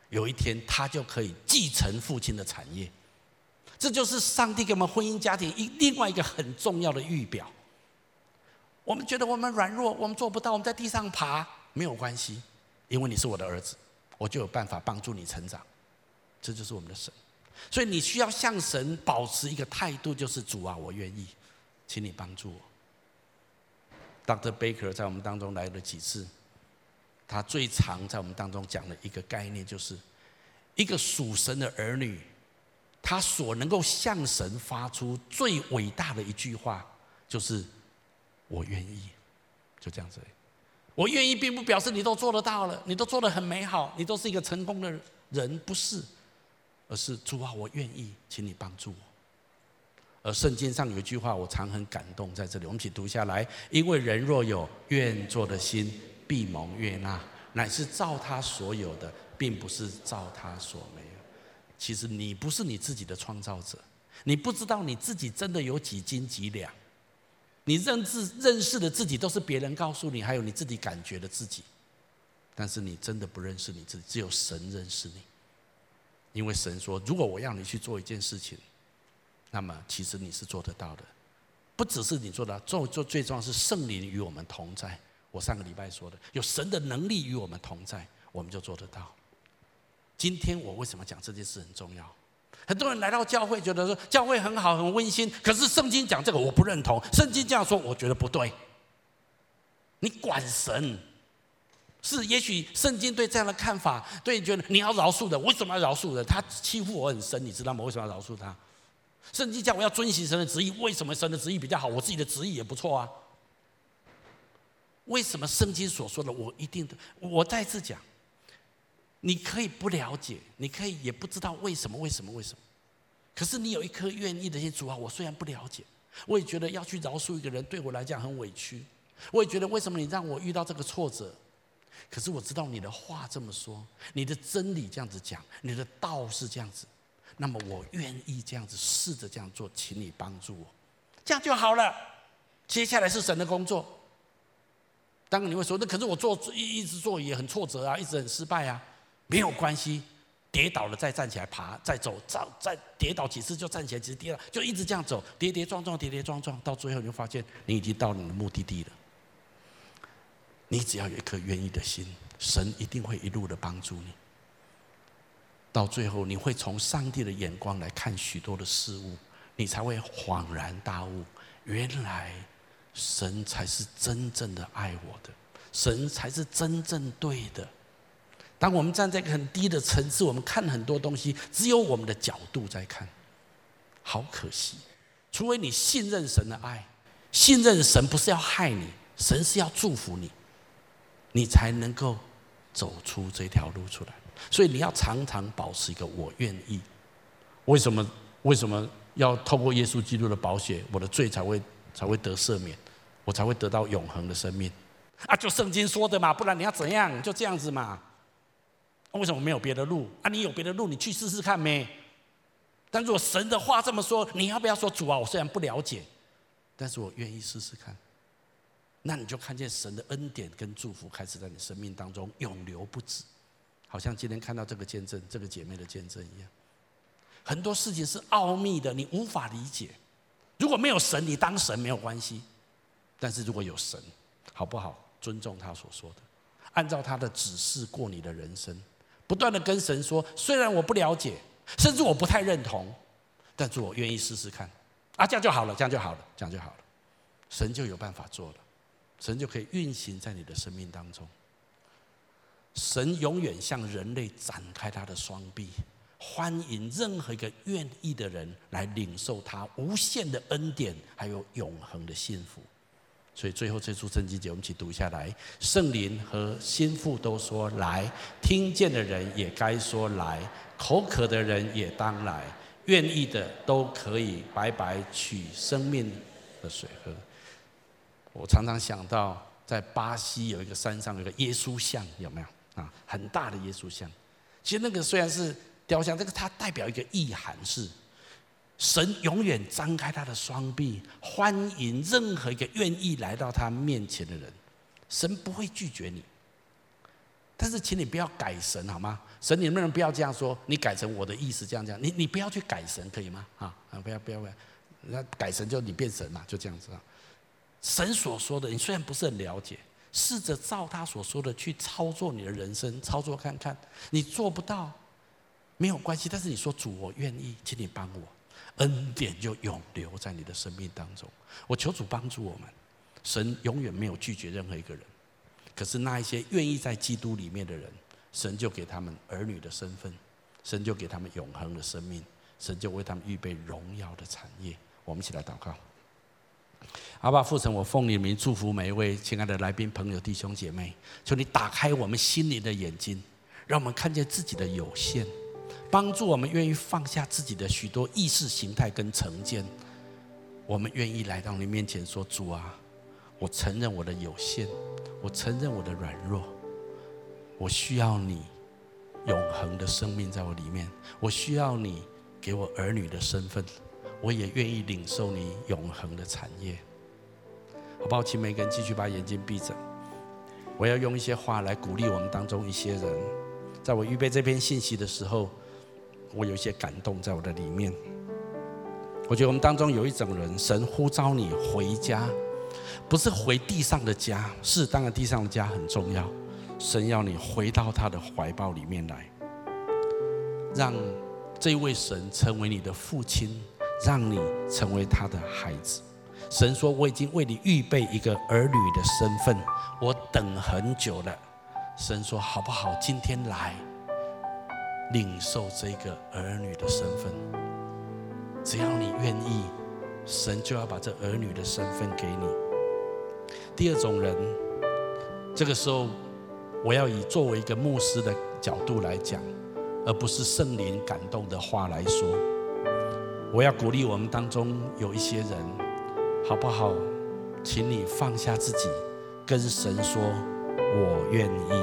有一天他就可以继承父亲的产业。这就是上帝给我们婚姻家庭另外一个很重要的预表。我们觉得我们软弱，我们做不到，我们在地上爬，没有关系，因为你是我的儿子，我就有办法帮助你成长。这就是我们的神。所以你需要向神保持一个态度，就是主啊，我愿意，请你帮助我。Dr. Baker 在我们当中来了几次，他最常在我们当中讲的一个概念，就是一个属神的儿女，他所能够向神发出最伟大的一句话，就是我愿意，就这样子。我愿意并不表示你都做得到了，你都做得很美好，你都是一个成功的人，不是，而是主啊，我愿意，请你帮助我。而圣经上有一句话我常很感动，在这里我们一起读下来，因为人若有愿做的心，必蒙悦纳，乃是照他所有的，并不是照他所没有。其实你不是你自己的创造者，你不知道你自己真的有几斤几两，你认识的自己都是别人告诉你，还有你自己感觉的自己，但是你真的不认识你自己，只有神认识你。因为神说，如果我要你去做一件事情，那么其实你是做得到的，不只是你做得到，最重要是圣灵与我们同在。我上个礼拜说的，有神的能力与我们同在，我们就做得到。今天我为什么讲这件事很重要？很多人来到教会，觉得说教会很好很温馨，可是圣经讲这个我不认同，圣经这样说我觉得不对。你管神？是，也许圣经对这样的看法，对你觉得你要饶恕的，为什么要饶恕的？他欺负我很深，你知道吗？为什么要饶恕他？圣经叫我要遵行神的旨意，为什么神的旨意比较好？我自己的旨意也不错啊。为什么圣经所说的我一定的？我再次讲，你可以不了解，你可以也不知道为什么，可是你有一颗愿意的心，主啊，我虽然不了解，我也觉得要去饶恕一个人对我来讲很委屈，我也觉得为什么你让我遇到这个挫折？可是我知道你的话这么说，你的真理这样子讲，你的道是这样子，那么我愿意这样子试着这样做，请你帮助我，这样就好了。接下来是神的工作。当然你会说，那可是我一直做也很挫折啊，一直很失败啊。没有关系，跌倒了再站起来爬，再走，再跌倒几次就站起来，几次跌倒就一直这样走，跌跌撞撞，到最后你就发现你已经到你的目的地了。你只要有一颗愿意的心，神一定会一路的帮助你。到最后，你会从上帝的眼光来看许多的事物，你才会恍然大悟，原来神才是真正的爱我的，神才是真正对的。当我们站在一个很低的层次，我们看很多东西，只有我们的角度在看，好可惜。除非你信任神的爱，信任神不是要害你，神是要祝福你，你才能够走出这条路出来。所以你要常常保持一个我愿意。为什么要透过耶稣基督的宝血，我的罪才会得赦免，我才会得到永恒的生命啊？就圣经说的嘛，不然你要怎样？就这样子嘛。为什么没有别的路啊？你有别的路，你去试试看没？但如果神的话这么说，你要不要说主啊？我虽然不了解，但是我愿意试试看。那你就看见神的恩典跟祝福开始在你生命当中永流不止，好像今天看到这个见证，这个姐妹的见证一样。很多事情是奥秘的，你无法理解。如果没有神，你当神没有关系；但是如果有神，好不好？尊重他所说的，按照他的指示过你的人生，不断的跟神说：虽然我不了解，甚至我不太认同，但是我愿意试试看。啊，这样就好了，这样就好了，神就有办法做了。神就可以运行在你的生命当中。神永远向人类展开他的双臂，欢迎任何一个愿意的人来领受他无限的恩典，还有永恒的幸福。所以最后这处圣经节，我们一起读下来。圣灵和心腹都说来，听见的人也该说来，口渴的人也当来，愿意的都可以白白取生命的水喝。我常常想到，在巴西有一个山上有一个耶稣像，有没有啊？很大的耶稣像。其实那个虽然是雕像，这个它代表一个意涵是：神永远张开他的双臂，欢迎任何一个愿意来到他面前的人。神不会拒绝你。 但是请你不要改神好吗？神，你能不能不要这样说？你改成我的意思，这样，你不要去改神，可以吗？不要，那改神就你变神嘛，就这样子啊。神所说的，你虽然不是很了解，试着照他所说的去操作你的人生，操作看看。你做不到没有关系，但是你说主，我愿意，请你帮我，恩典就永留在你的生命当中。我求主帮助我们，神永远没有拒绝任何一个人。可是那一些愿意在基督里面的人，神就给他们儿女的身份，神就给他们永恒的生命，神就为他们预备荣耀的产业。我们一起来祷告。阿爸父神，我奉你的名祝福每一位亲爱的来宾朋友弟兄姐妹，求你打开我们心灵的眼睛，让我们看见自己的有限，帮助我们愿意放下自己的许多意识形态跟成见。我们愿意来到你面前说，主啊，我承认我的有限，我承认我的软弱，我需要你永恒的生命在我里面，我需要你给我儿女的身份，我也愿意领受你永恒的产业。好不好？请每个人继续把眼睛闭着。我要用一些话来鼓励我们当中一些人。在我预备这篇信息的时候，我有一些感动在我的里面。我觉得我们当中有一种人，神呼召你回家，不是回地上的家，是当然地上的家很重要，神要你回到他的怀抱里面来，让这位神成为你的父亲，让你成为他的孩子。神说，我已经为你预备一个儿女的身份，我等很久了。神说，好不好？今天来领受这个儿女的身份，只要你愿意，神就要把这儿女的身份给你。第二种人，这个时候我要以作为一个牧师的角度来讲，而不是圣灵感动的话来说。我要鼓励我们当中有一些人，好不好？请你放下自己，跟神说，我愿意。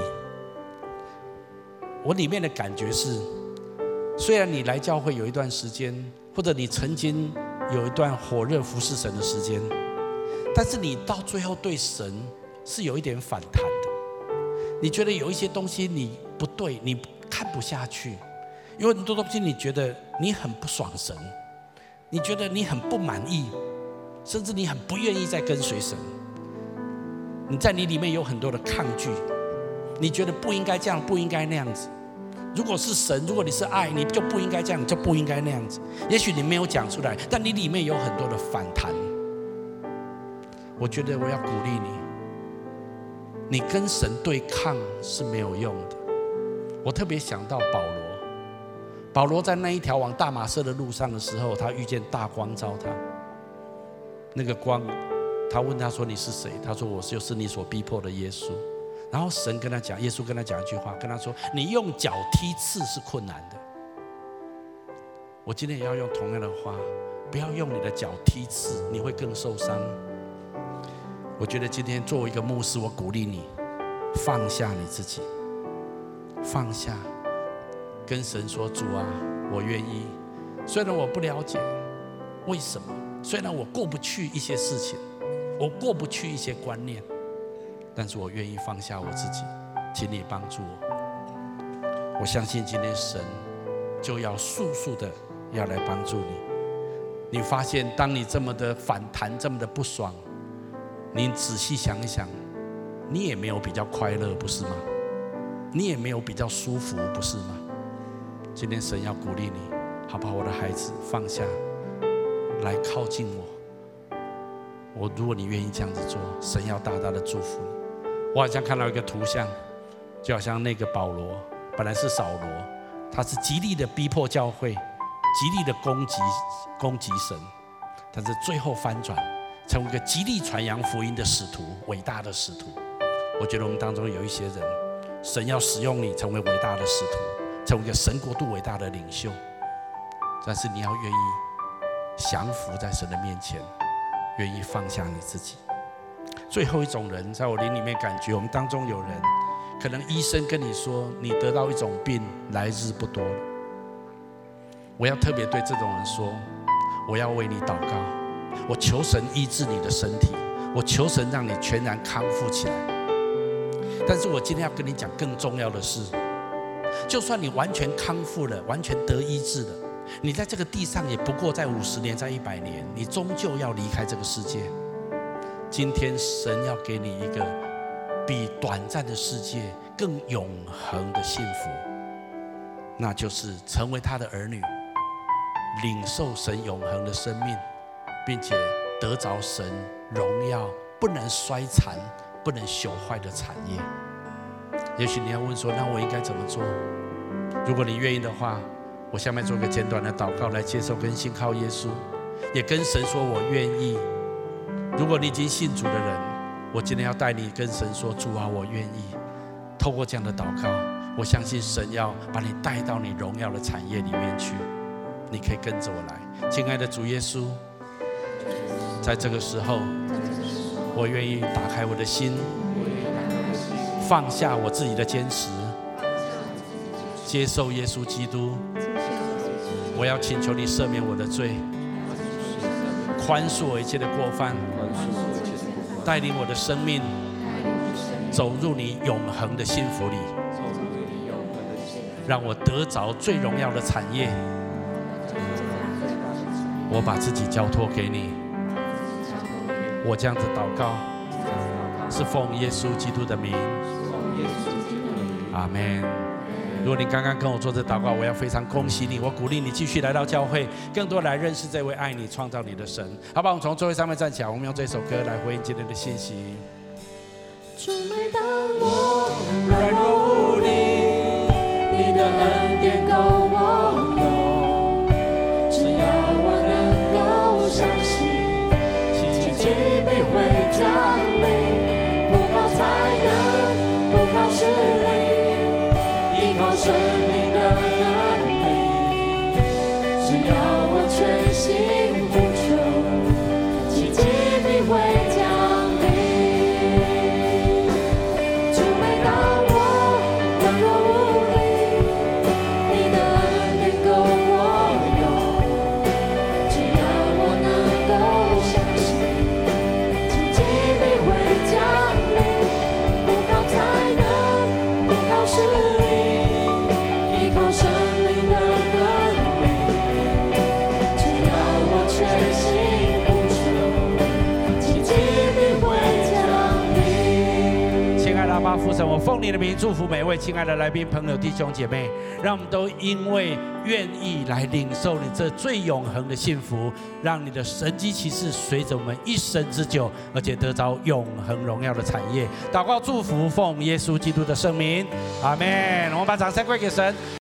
我里面的感觉是，虽然你来教会有一段时间，或者你曾经有一段火热服侍神的时间，但是你到最后对神是有一点反弹的。你觉得有一些东西你不对，你看不下去，有很多东西你觉得你很不爽神，你觉得你很不满意，甚至你很不愿意再跟随神。你在你里面有很多的抗拒，你觉得不应该这样，不应该那样子。如果是神，如果你是爱，你就不应该这样，你就不应该那样子。也许你没有讲出来，但你里面有很多的反弹。我觉得我要鼓励你，你跟神对抗是没有用的。我特别想到保罗在那一条往大马色的路上的时候，他遇见大光照他，那个光，他问他说，你是谁？他说，我就是你所逼迫的耶稣。然后神跟他讲，耶稣跟他讲一句话，跟他说，你用脚踢刺是困难的。我今天也要用同样的话，不要用你的脚踢刺，你会更受伤。我觉得今天作为一个牧师，我鼓励你放下你自己，放下，跟神说，主啊，我愿意。虽然我不了解为什么，虽然我过不去一些事情，我过不去一些观念，但是我愿意放下我自己，请你帮助我。我相信今天神就要速速的要来帮助你。你发现当你这么的反弹，这么的不爽，你仔细想一想，你也没有比较快乐，不是吗？你也没有比较舒服，不是吗？今天神要鼓励你，好不好？我的孩子，放下来靠近我。如果你愿意这样子做，神要大大的祝福你。我好像看到一个图像，就好像那个保罗本来是扫罗，他是极力的逼迫教会，极力的攻击神，但是最后翻转，成为一个极力传扬福音的使徒，伟大的使徒。我觉得我们当中有一些人，神要使用你成为伟大的使徒，成为一个神国度伟大的领袖，但是你要愿意降服在神的面前，愿意放下你自己。最后一种人，在我灵里面感觉，我们当中有人，可能医生跟你说，你得到一种病，来日不多了。我要特别对这种人说，我要为你祷告，我求神医治你的身体，我求神让你全然康复起来。 但是我今天要跟你讲更重要的是，就算你完全康复了，完全得医治了，你在这个地上也不过在50年，在100年，你终究要离开这个世界。今天神要给你一个比短暂的世界更永恒的幸福，那就是成为他的儿女，领受神永恒的生命，并且得着神荣耀不能衰残、不能朽坏的产业。也许你要问说，那我应该怎么做？如果你愿意的话，我下面做个简短的祷告，来接受跟信靠耶稣，也跟神说我愿意。如果你已经信主的人，我今天要带你跟神说，主啊，我愿意。透过这样的祷告，我相信神要把你带到你荣耀的产业里面去。你可以跟着我来。亲爱的主耶稣，在这个时候，我愿意打开我的心，放下我自己的坚持，接受耶稣基督。我要请求你赦免我的罪，宽恕我一切的过犯，带领我的生命走入你永恒的幸福里，让我得着最荣耀的产业。我把自己交托给你，我这样子祷告是奉耶稣基督的名，阿们。如果你刚刚跟我做这祷告，我要非常恭喜你，我鼓励你继续来到教会，更多来认识这位爱你、创造你的神。好吧，我们从座位上面站起来，我们用这首歌来回应今天的信息。 主，每当我软弱无力，你的恩典够我用，只要我能够相信，奇迹必会降临，不靠才能，不靠势力，依靠生命的能力，只要我全心呼求，奇迹必会降临。主，每当我软弱无力，你的恩典够我用，只要我能够相信，奇迹必会降临，不靠才能，不靠势力，依靠生命的能力，只要我全心呼求，奇迹必会降临。 亲爱的阿爸父神，我奉你的名祝福每位亲爱的来宾、朋友、弟兄姐妹，让我们都因为愿意来领受你这最永恒的幸福，让你的神迹奇事随着我们一生之久，而且得着永恒荣耀的产业。祷告祝福，奉耶稣基督的圣名，阿们。我们把掌声归给神。